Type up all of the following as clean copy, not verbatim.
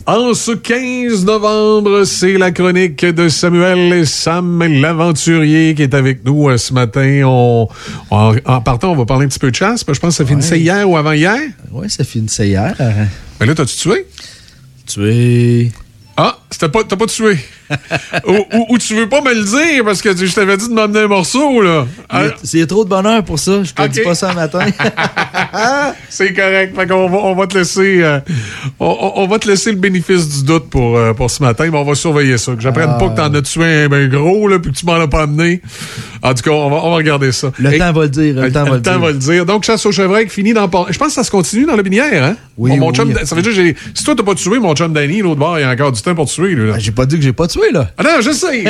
En ce 15 novembre, c'est la chronique de Samuel et Sam, l'aventurier, qui est avec nous ce matin. En partant, on va parler un petit peu de chasse. Je pense que ça finissait hier ou avant-hier. Oui, ça finissait hier. Mais là, t'as-tu tué? Tué. Ah, t'as pas tué. ou tu veux pas me le dire parce que je t'avais dit de m'emmener un morceau, là. C'est trop de bonheur pour ça. Je te dis pas ça le matin. C'est correct. Fait qu'on on va te laisser on va te laisser le bénéfice du doute pour ce matin, mais on va surveiller ça. Que j'apprenne pas que t'en as tué un ben gros, là, puis que tu m'en as pas amené. En tout cas, on va regarder ça. Le temps va le dire. Le temps va le dire. Donc, chasse au chevreuil finit dans... Je pense que ça se continue dans la binière, hein? Oui, mon chum, ça veut dire que si toi t'as pas tué, mon chum Danny, l'autre bord, il y a encore du temps pour te tuer, là. J'ai pas dit que j'ai pas tué, là. Ah non, je sais.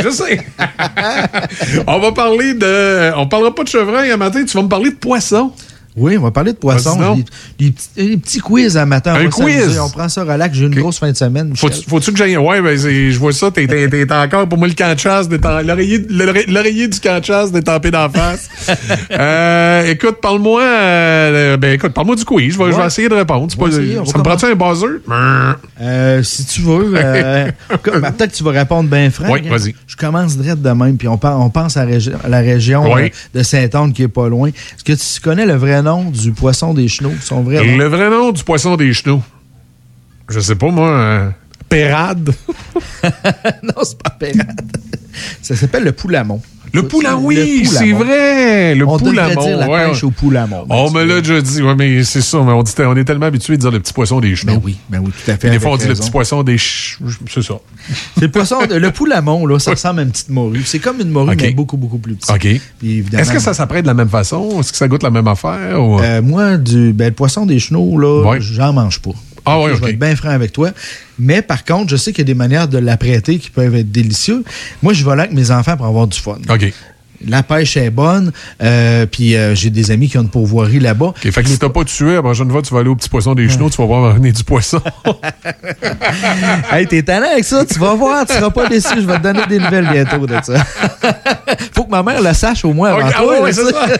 On va parler on parlera pas de chevreuil un matin, tu vas me parler de poisson. Oui, on va parler de poissons. Des petits quiz à matin. Un quiz? On prend ça relax. J'ai une grosse fin de semaine. Faut-tu que j'aille... Ouais, ben, je vois ça. T'es encore, pour moi, le camp de chasse, l'oreiller du camp de chasse détampé d'en face. Écoute, parle-moi du quiz. Je vais essayer de répondre. Ça me prend-tu un buzzer? Si tu veux. Peut-être que tu vas répondre bien franc. Oui, vas-y. Je commence direct de même, puis on pense à la région de Saint-Anne qui est pas loin. Est-ce que tu connais le vrai nom du poisson des chenaux? Le vrai nom du poisson des chenaux? Je sais pas, moi. Pérade? Non, c'est pas pérade. Ça s'appelle le poulamon. Le poulamon, oui, c'est vrai. Le poulamon. On devrait dire la pêche au poulamon. On me l'a déjà dit. Oui, mais c'est ça. Mais on est tellement habitué de dire le petit poisson des chenaux. Ben oui, tout à fait. Des fois, on dit le petit poisson des c'est ça. C'est le poisson, le poulamon, là, ça ressemble à une petite morue. C'est comme une morue, mais beaucoup, beaucoup plus petite. OK. Est-ce que ça s'apprête de la même façon? Est-ce que ça goûte la même affaire? Ou... Moi, le poisson des chenaux, là, j'en mange pas. Ah oui, Je vais être bien franc avec toi. Mais par contre, je sais qu'il y a des manières de l'apprêter qui peuvent être délicieuses. Moi, je vais là avec mes enfants pour avoir du fun. OK. La pêche est bonne, puis j'ai des amis qui ont une pourvoirie là-bas. OK, fait que si t'as pas tué, la prochaine fois, tu vas aller au petit poisson des chenaux, tu vas voir venir du poisson. Hey, t'es tannant avec ça, tu vas voir, tu seras pas déçu, je vais te donner des nouvelles bientôt de ça. Faut que ma mère le sache au moins avant toi. Oui, c'est ça.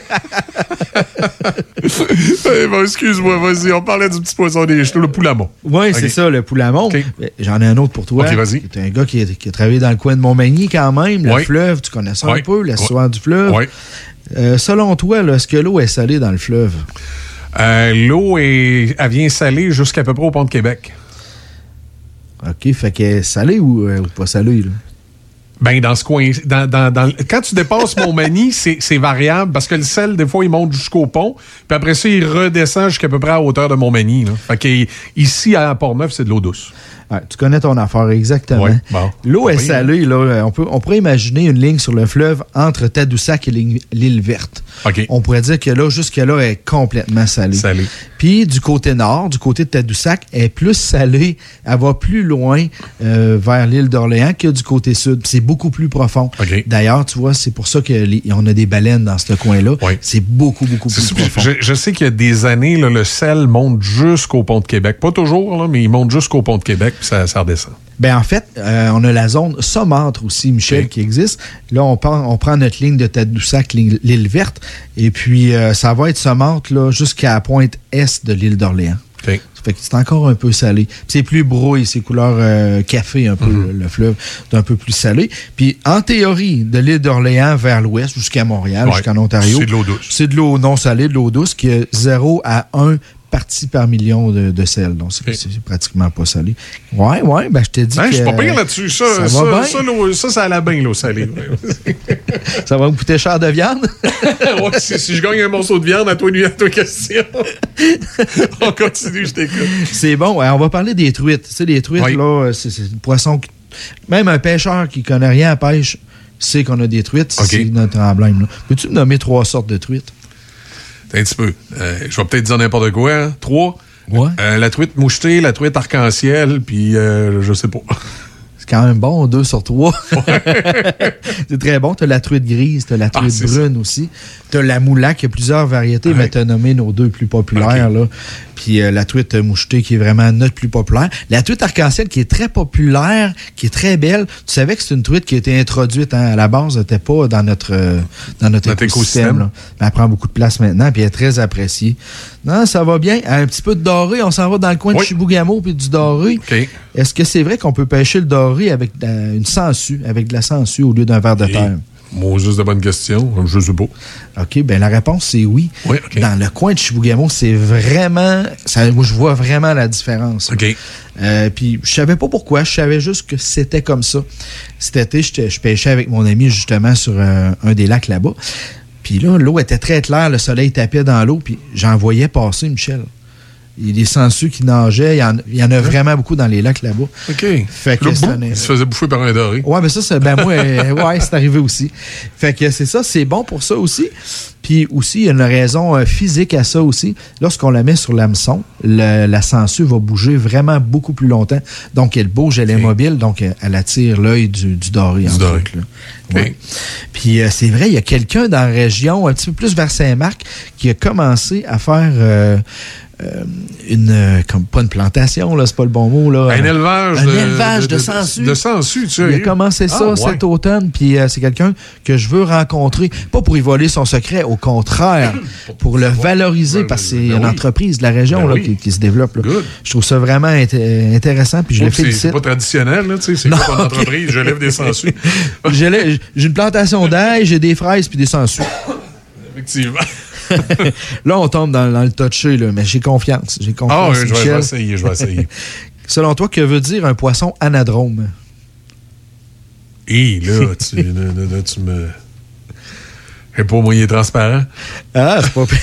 Bon, excuse-moi, vas-y, on parlait du petit poisson des chenaux, le poulamon. Oui, c'est ça, le poulamon. Okay. J'en ai un autre pour toi. OK, vas-y. C'est un gars qui a travaillé dans le coin de Montmagny quand même, le fleuve, tu connais ça un peu, l'histoire du fleuve. Oui. Selon toi, là, est-ce que l'eau est salée dans le fleuve? L'eau, elle vient salée jusqu'à peu près au pont de Québec. OK, fait qu'elle est salée ou pas salée, là? Ben, dans ce coin, quand tu dépasses Montmagny, c'est variable parce que le sel, des fois, il monte jusqu'au pont, puis après ça, il redescend jusqu'à peu près à hauteur de Montmagny. Là. Fait que ici, à Port-Neuf, c'est de l'eau douce. Ouais, tu connais ton affaire, exactement. Ouais, bon. L'eau est salée, là. On pourrait imaginer une ligne sur le fleuve entre Tadoussac et l'île Verte. Okay. On pourrait dire que là, jusque-là, elle est complètement salée. Puis, du côté nord, du côté de Tadoussac, elle est plus salée. Elle va plus loin vers l'île d'Orléans que du côté sud. Puis c'est beaucoup plus profond. Okay. D'ailleurs, tu vois, c'est pour ça qu'on a des baleines dans ce coin-là. Ouais. C'est beaucoup, beaucoup plus profond. Je sais qu'il y a des années, là, le sel monte jusqu'au pont de Québec. Pas toujours, là, mais il monte jusqu'au pont de Québec, puis ça redescend. Ben en fait, on a la zone saumâtre aussi, Michel, qui existe. Là, on prend notre ligne de Tadoussac, l'île Verte, et puis ça va être saumâtre là, jusqu'à la pointe est de l'île d'Orléans. Okay. Ça fait que c'est encore un peu salé. Puis c'est plus brouille, c'est couleur café un peu, le fleuve, c'est un peu plus salé. Puis en théorie, de l'île d'Orléans vers l'ouest, jusqu'à Montréal, jusqu'en Ontario, c'est de l'eau douce. C'est de l'eau non salée, de l'eau douce, qui est 0 à 1 partie par million de sel. Donc, c'est pratiquement pas salé. Ouais, ben je t'ai dit que... Je suis pas pire là-dessus. Ça a la bien, l'eau salée. Ça va me coûter cher de viande? Ouais, si je gagne un morceau de viande, à toi question. On continue, je t'écoute. C'est bon. On va parler des truites. Tu sais, les truites, là, c'est un poisson... Même un pêcheur qui connaît rien à pêche sait qu'on a des truites. C'est notre emblème. Là. Peux-tu me nommer 3 sortes de truites? Un petit peu. Je vais peut-être dire n'importe quoi. Hein? 3. Ouais. La truite mouchetée, la truite arc-en-ciel, puis je sais pas. C'est quand même bon, 2 sur 3. C'est très bon. Tu as la truite grise, tu as la truite brune aussi. Tu as la moulac, il y a plusieurs variétés, mais tu as nommé nos 2 plus populaires. Là. Puis la truite mouchetée qui est vraiment notre plus populaire. La truite arc-en-ciel qui est très populaire, qui est très belle. Tu savais que c'est une truite qui a été introduite à la base, n'était pas dans notre écosystème. Là. Elle prend beaucoup de place maintenant, puis elle est très appréciée. Non, ça va bien. Un petit peu de doré. On s'en va dans le coin de Chibougamau puis du doré. Okay. Est-ce que c'est vrai qu'on peut pêcher le doré avec une sangsue, avec de la sangsue au lieu d'un ver de terre? Moi, juste de bonne question. Je sais pas. OK, bien la réponse, c'est oui. Okay. Dans le coin de Chibougamau, c'est vraiment... moi, je vois vraiment la différence. OK. Puis, je savais pas pourquoi. Je savais juste que c'était comme ça. Cet été, je pêchais avec mon ami, justement, sur un des lacs là-bas. Puis là, l'eau était très claire, le soleil tapait dans l'eau, puis j'en voyais passer, Michel. Il y a des sangsues qui nageaient. Il y en a vraiment beaucoup dans les lacs là-bas. OK. Fait que il se faisait bouffer par un doré. Ouais, mais ça, moi, c'est arrivé aussi. Fait que c'est ça, c'est bon pour ça aussi. Puis aussi, il y a une raison physique à ça aussi. Lorsqu'on la met sur l'hameçon, la sangsue va bouger vraiment beaucoup plus longtemps. Donc, elle bouge, elle est mobile, donc elle attire l'œil du doré. Du doré. Ouais. Puis c'est vrai, il y a quelqu'un dans la région, un petit peu plus vers Saint-Marc, qui a commencé à faire... pas une plantation, là, c'est pas le bon mot. Là. Un élevage de sangsues. De sangsues, tu sais. Il a commencé ça cet automne, puis c'est quelqu'un que je veux rencontrer, pas pour y voler son secret, au contraire, pour le valoriser, parce que c'est une entreprise de la région qui se développe. Là. Je trouve ça vraiment intéressant, puis je le félicite. C'est pas traditionnel, là, tu sais, c'est pas ton entreprise, je lève des sangsues. J'ai une plantation d'ail, j'ai des fraises, puis des sangsues. Effectivement. Là, on tombe dans le touché, là, mais j'ai confiance. J'ai confiance. Je vais essayer. Selon toi, que veut dire un poisson anadrome? Là, tu me... Et pour moi, il est transparent. Ah, c'est pas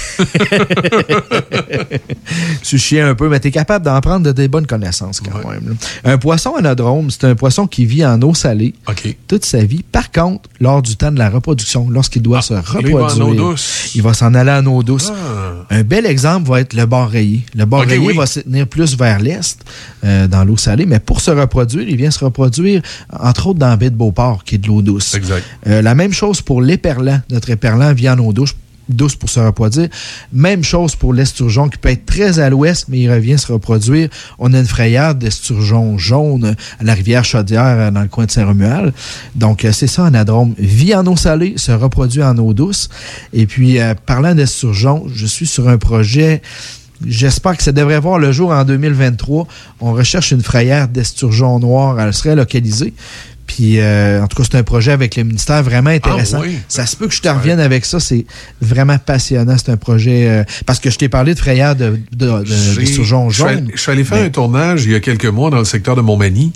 Tu chies un peu, mais t'es capable d'en prendre de des bonnes connaissances quand même. Là. Un poisson anadrome, c'est un poisson qui vit en eau salée toute sa vie. Par contre, lors du temps de la reproduction, lorsqu'il doit se reproduire, il va s'en aller en eau douce. Un bel exemple va être le bar rayé. Le bar rayé va se tenir plus vers l'est, dans l'eau salée, mais pour se reproduire, il vient se reproduire, entre autres, dans la baie de Beauport, qui est de l'eau douce. Exact. La même chose pour l'éperlan. Notre éperlan vit en eau douce pour se reproduire. Même chose pour l'esturgeon qui peut être très à l'ouest, mais il revient se reproduire. On a une frayère d'esturgeon jaune à la rivière Chaudière dans le coin de Saint-Romuald. Donc, c'est ça, anadrome. Vit en eau salée, se reproduit en eau douce. Et puis, parlant d'esturgeon, je suis sur un projet... J'espère que ça devrait voir le jour en 2023. On recherche une frayère d'esturgeon noir. Elle serait localisée. Puis, en tout cas, c'est un projet avec le ministère vraiment intéressant. Ça se peut que je te revienne avec ça. C'est vraiment passionnant. C'est un projet... parce que je t'ai parlé de frayère d'esturgeon jaune. Je suis allé faire un tournage il y a quelques mois dans le secteur de Montmagny.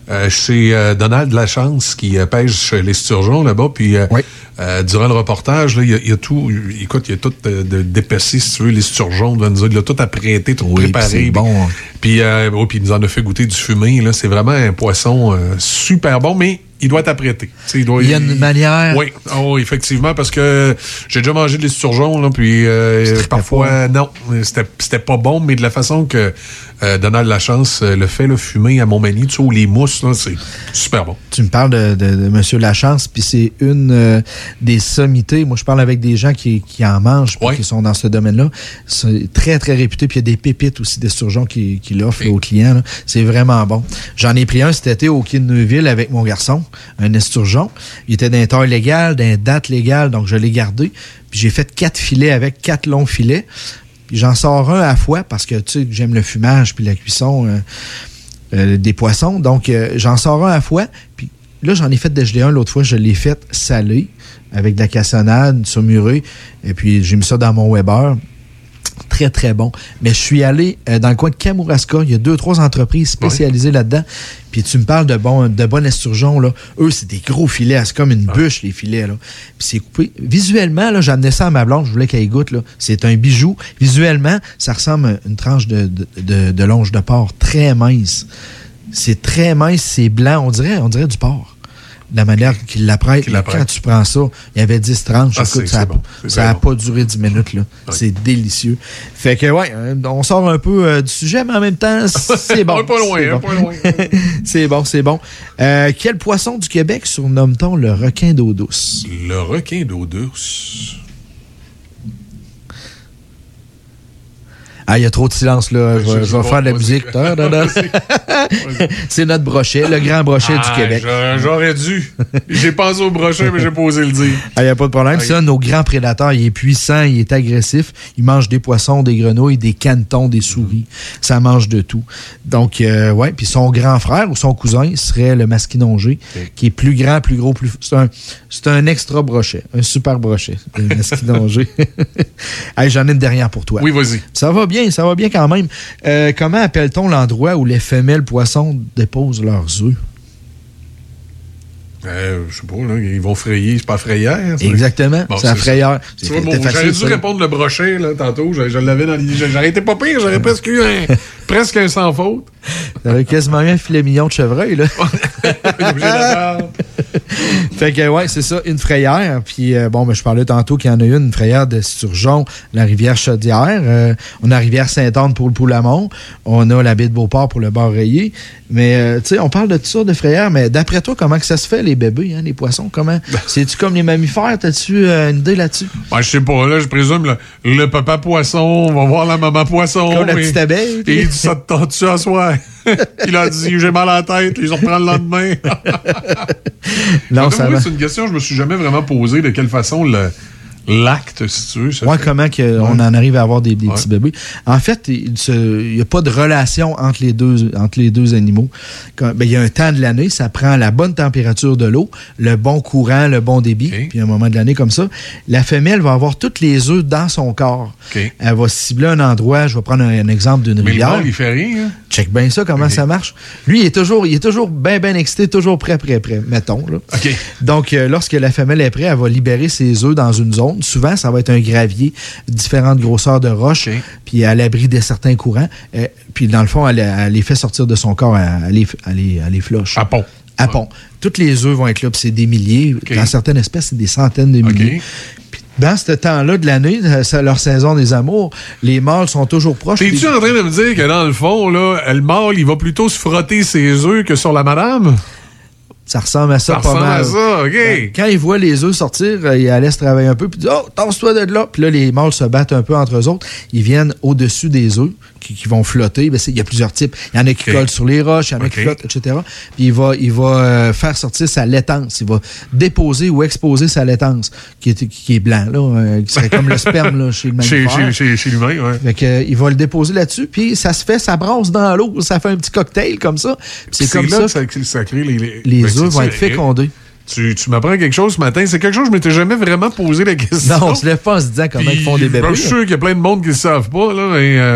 Chez Donald Lachance qui pêche l'esturgeon là-bas. Puis durant le reportage, là, il y a tout. Écoute, il y a tout d'épaissé, si tu veux, l'esturgeon. Il a tout apprêté, tout préparé. C'est bon. Puis il nous en a fait goûter du fumé. Là. C'est vraiment un poisson super bon, mais il doit être apprêté. Il y a une manière. Oui, effectivement, parce que j'ai déjà mangé de l'esturgeon, là, puis parfois, non, c'était pas bon, mais de la façon que Donald Lachance le fait, le fumé à Montmagny, tu sais, ou les mousses, là, c'est super bon. Tu me parles de M. Lachance, puis c'est une des sommités. Moi, je parle avec des gens qui en mangent, puis qui sont dans ce domaine-là. C'est très, très réputé, puis il y a des pépites aussi d'esturgeon qu'il offre aux clients. Là. C'est vraiment bon. J'en ai pris un cet été au quai de Neuville avec mon garçon. Un esturgeon. Il était d'un temps légal, d'un date légale, donc je l'ai gardé. Puis j'ai fait 4 filets avec 4 longs filets. Puis j'en sors un à la fois parce que tu sais j'aime le fumage puis la cuisson des poissons. Donc j'en sors un à la fois. Puis là, j'en ai fait dégeler un l'autre fois. Je l'ai fait salé avec de la cassonade, saumurée. Et puis j'ai mis ça dans mon Weber. Très, très bon. Mais je suis allé dans le coin de Kamouraska. Il y a 2-3 entreprises spécialisées là-dedans. Puis tu me parles de bon esturgeon. Là. Eux, c'est des gros filets. C'est comme une bûche, les filets. Là. Puis c'est coupé. Visuellement, là, j'amenais ça à ma blonde. Je voulais qu'elle goûte. Là. C'est un bijou. Visuellement, ça ressemble à une tranche de longe de porc très mince. C'est très mince. C'est blanc. On dirait du porc. La manière qu'il l'apprête, quand tu prends ça, il y avait 10 tranches. Écoute, ça n'a pas duré 10 minutes. Là. Ouais. C'est délicieux. Fait que, on sort un peu du sujet, mais en même temps, c'est bon. Pas loin. C'est bon. Quel poisson du Québec surnomme-t-on le requin d'eau douce? Le requin d'eau douce. Ah, il y a trop de silence, là. Je vais faire de la musique. C'est notre brochet, le grand brochet du Québec. J'aurais dû. J'ai pensé au brochet, mais j'ai pas osé le dire. Ah, il n'y a pas de problème. Ça, nos grands prédateurs, il est puissant, il est agressif. Il mange des poissons, des grenouilles, des canetons, des souris. Ça mange de tout. Donc, ouais. Puis son grand frère ou son cousin serait le masquinongé, qui est plus grand, plus gros, plus... C'est un extra brochet. Un super brochet, le masquinongé. Hey, j'en ai une dernière pour toi. Oui, vas-y. Ça va bien quand même. Comment appelle-t-on l'endroit où les femelles poissons déposent leurs œufs? Je sais pas, là, ils vont frayer, c'est pas frayère. Ça. Exactement, bon, c'est la frayère. J'aurais dû répondre le brochet, là, tantôt. Je l'avais dans l'idée. J'aurais été pas pire, j'aurais presque eu presque un sans faute. T'avais quasiment eu un filet mignon de chevreuil, là. Fait que, ouais, c'est ça, une frayère. Puis, je parlais tantôt qu'il y en a une frayère de Sturgeon, la rivière Chaudière. On a la rivière Sainte-Anne pour le Poulamont. On a la baie de Beauport pour le Bar-Rayé. Mais, tu sais, on parle de tout ça, de frayère, mais d'après toi, comment que ça se fait, les bébés, hein, les poissons? Comment? C'est-tu comme les mammifères? T'as-tu une idée là-dessus? Je sais pas, là, je présume le papa poisson va voir la maman poisson. Comme la petite abeille. Et il dit ça te tente-tu à soir? Il a dit, j'ai mal à la tête, ils ont repris le lendemain. Non, ça va. C'est une question que je me suis jamais vraiment posée, de quelle façon l'acte, si tu veux. Ouais, comment on en arrive à avoir des petits bébés. En fait, il n'y a pas de relation entre les deux animaux. Il y a un temps de l'année, ça prend la bonne température de l'eau, le bon courant, le bon débit, puis à un moment de l'année comme ça, la femelle va avoir tous les œufs dans son corps. Elle va cibler un endroit, je vais prendre un exemple d'une rivière. Mais le mâle, il fait rien, hein? Check bien ça, comment ça marche. Lui, il est toujours bien excité, toujours prêt, mettons. Là. Donc, lorsque la femelle est prête, elle va libérer ses œufs dans une zone. Souvent, ça va être un gravier, différentes grosseurs de roches, puis à l'abri de certains courants. Puis, dans le fond, elle les fait sortir de son corps, elle les floche. À pont. À pont. Toutes les œufs vont être là, puis c'est des milliers. Dans certaines espèces, c'est des centaines de milliers. Puis, dans ce temps-là de l'année, leur saison des amours, les mâles sont toujours proches. T'es-tu en train de me dire que dans le fond, là, le mâle, il va plutôt se frotter ses œufs que sur la madame? Ça ressemble à ça pas mal. Ça ressemble à ça, OK. Quand il voit les œufs sortir, il laisse travailler un peu, puis il dit « Oh, tasse-toi de là! » Puis là, les mâles se battent un peu entre eux autres. Ils viennent au-dessus des œufs qui vont flotter. Il y a plusieurs types. Il y en a qui collent sur les roches, il y en a qui flottent, etc. Puis il va faire sortir sa laitance. Il va déposer ou exposer sa laitance, qui est blanc, là, qui serait comme le sperme là, chez le mammifère. Chez l'humain, oui. Fait que, il va le déposer là-dessus, puis ça brasse dans l'eau. Ça fait un petit cocktail comme ça. C'est comme ça que ça crée les œufs vont être fécondés. Tu m'apprends quelque chose ce matin. C'est quelque chose que je m'étais jamais vraiment posé la question. Non, on se lève pas en se disant comment ils font des bébés. Je suis sûr qu'il y a plein de monde qui le savent pas. Là,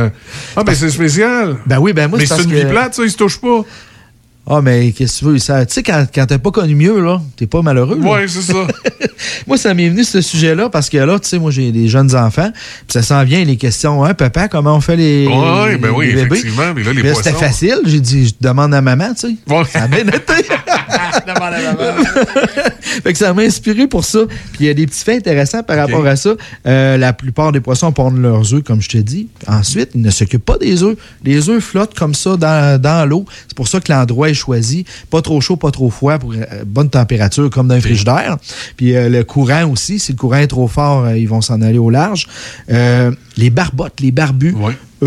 mais c'est spécial. Ben oui, ben moi, mais c'est une vie plate, ça, ils se touchent pas. Ah, mais qu'est-ce que tu veux? Tu sais, quand t'as pas connu mieux, là, t'es pas malheureux. Oui, c'est ça. Moi, ça m'est venu ce sujet-là parce que là, tu sais, moi, j'ai des jeunes enfants, puis ça s'en vient les questions, hein, papa, comment on fait les oui, bébés? Effectivement, mais là, les poissons. C'était facile, j'ai dit, je demande à maman, tu sais. Ouais. Ça a bien été. Demande à maman. Fait que ça m'a inspiré pour ça. Puis il y a des petits faits intéressants par rapport à ça. La plupart des poissons pondent leurs œufs, comme je te dis. Ensuite, ils ne s'occupent pas des œufs. Les œufs flottent comme ça dans l'eau. C'est pour ça que l'endroit est choisi. Pas trop chaud, pas trop froid, pour bonne température, comme dans un frigidaire. Puis le courant aussi, si le courant est trop fort, ils vont s'en aller au large. Les barbottes, les barbus,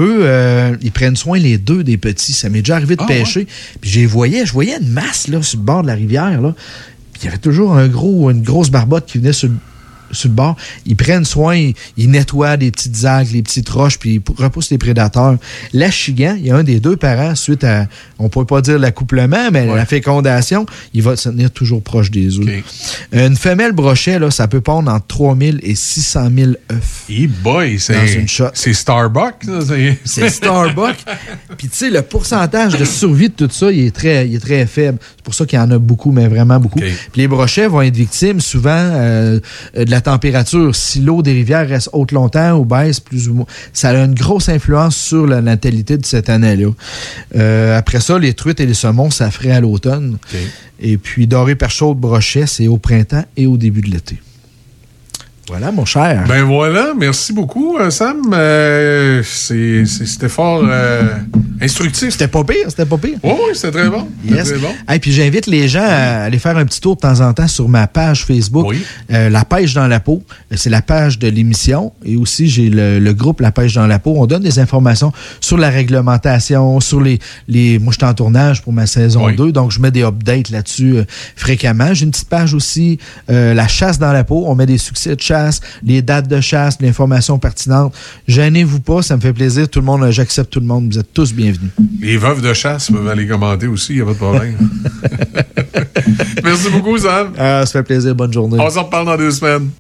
eux, ils prennent soin les deux des petits. Ça m'est déjà arrivé de pêcher. Puis je voyais une masse là, sur le bord de la rivière. Là. Puis il y avait toujours une grosse barbotte qui venait sur le bord. Ils prennent soin, ils nettoient des petites algues, les petites roches, puis ils repoussent les prédateurs. L'achigan, il y a un des deux parents, suite à, on ne pourrait pas dire l'accouplement, mais la fécondation, il va se tenir toujours proche des œufs. Une femelle brochet, là, ça peut pondre entre 3000 et 600 000 œufs. Dans une shot. C'est Starbucks, ça. C'est Starbucks. Puis tu sais, le pourcentage de survie de tout ça, il est très faible. C'est pour ça qu'il y en a beaucoup, mais vraiment beaucoup. Puis les brochets vont être victimes souvent de la température. Si l'eau des rivières reste haute longtemps ou baisse plus ou moins, ça a une grosse influence sur la natalité de cette année-là. Après ça, les truites et les saumons, ça ferait à l'automne. Et puis, doré, perchaude, brochet, c'est au printemps et au début de l'été. Voilà, mon cher. Ben voilà, merci beaucoup, Sam. C'était fort instructif. C'était pas pire. Oui, c'était très bon. Yes. Très bon. Hey, puis j'invite les gens à aller faire un petit tour de temps en temps sur ma page Facebook. Oui. La pêche dans la peau, c'est la page de l'émission. Et aussi, j'ai le groupe La pêche dans la peau. On donne des informations sur la réglementation, sur les moi, je suis en tournage pour ma saison 2, donc je mets des updates là-dessus fréquemment. J'ai une petite page aussi, la chasse dans la peau. On met des succès de chasse, les dates de chasse, l'information pertinente. Gênez-vous pas, ça me fait plaisir. Tout le monde, j'accepte tout le monde. Vous êtes tous bienvenus. Les veuves de chasse peuvent aller commenter aussi, il n'y a pas de problème. Merci beaucoup, Sam. Ça fait plaisir. Bonne journée. On s'en reparle dans 2 semaines.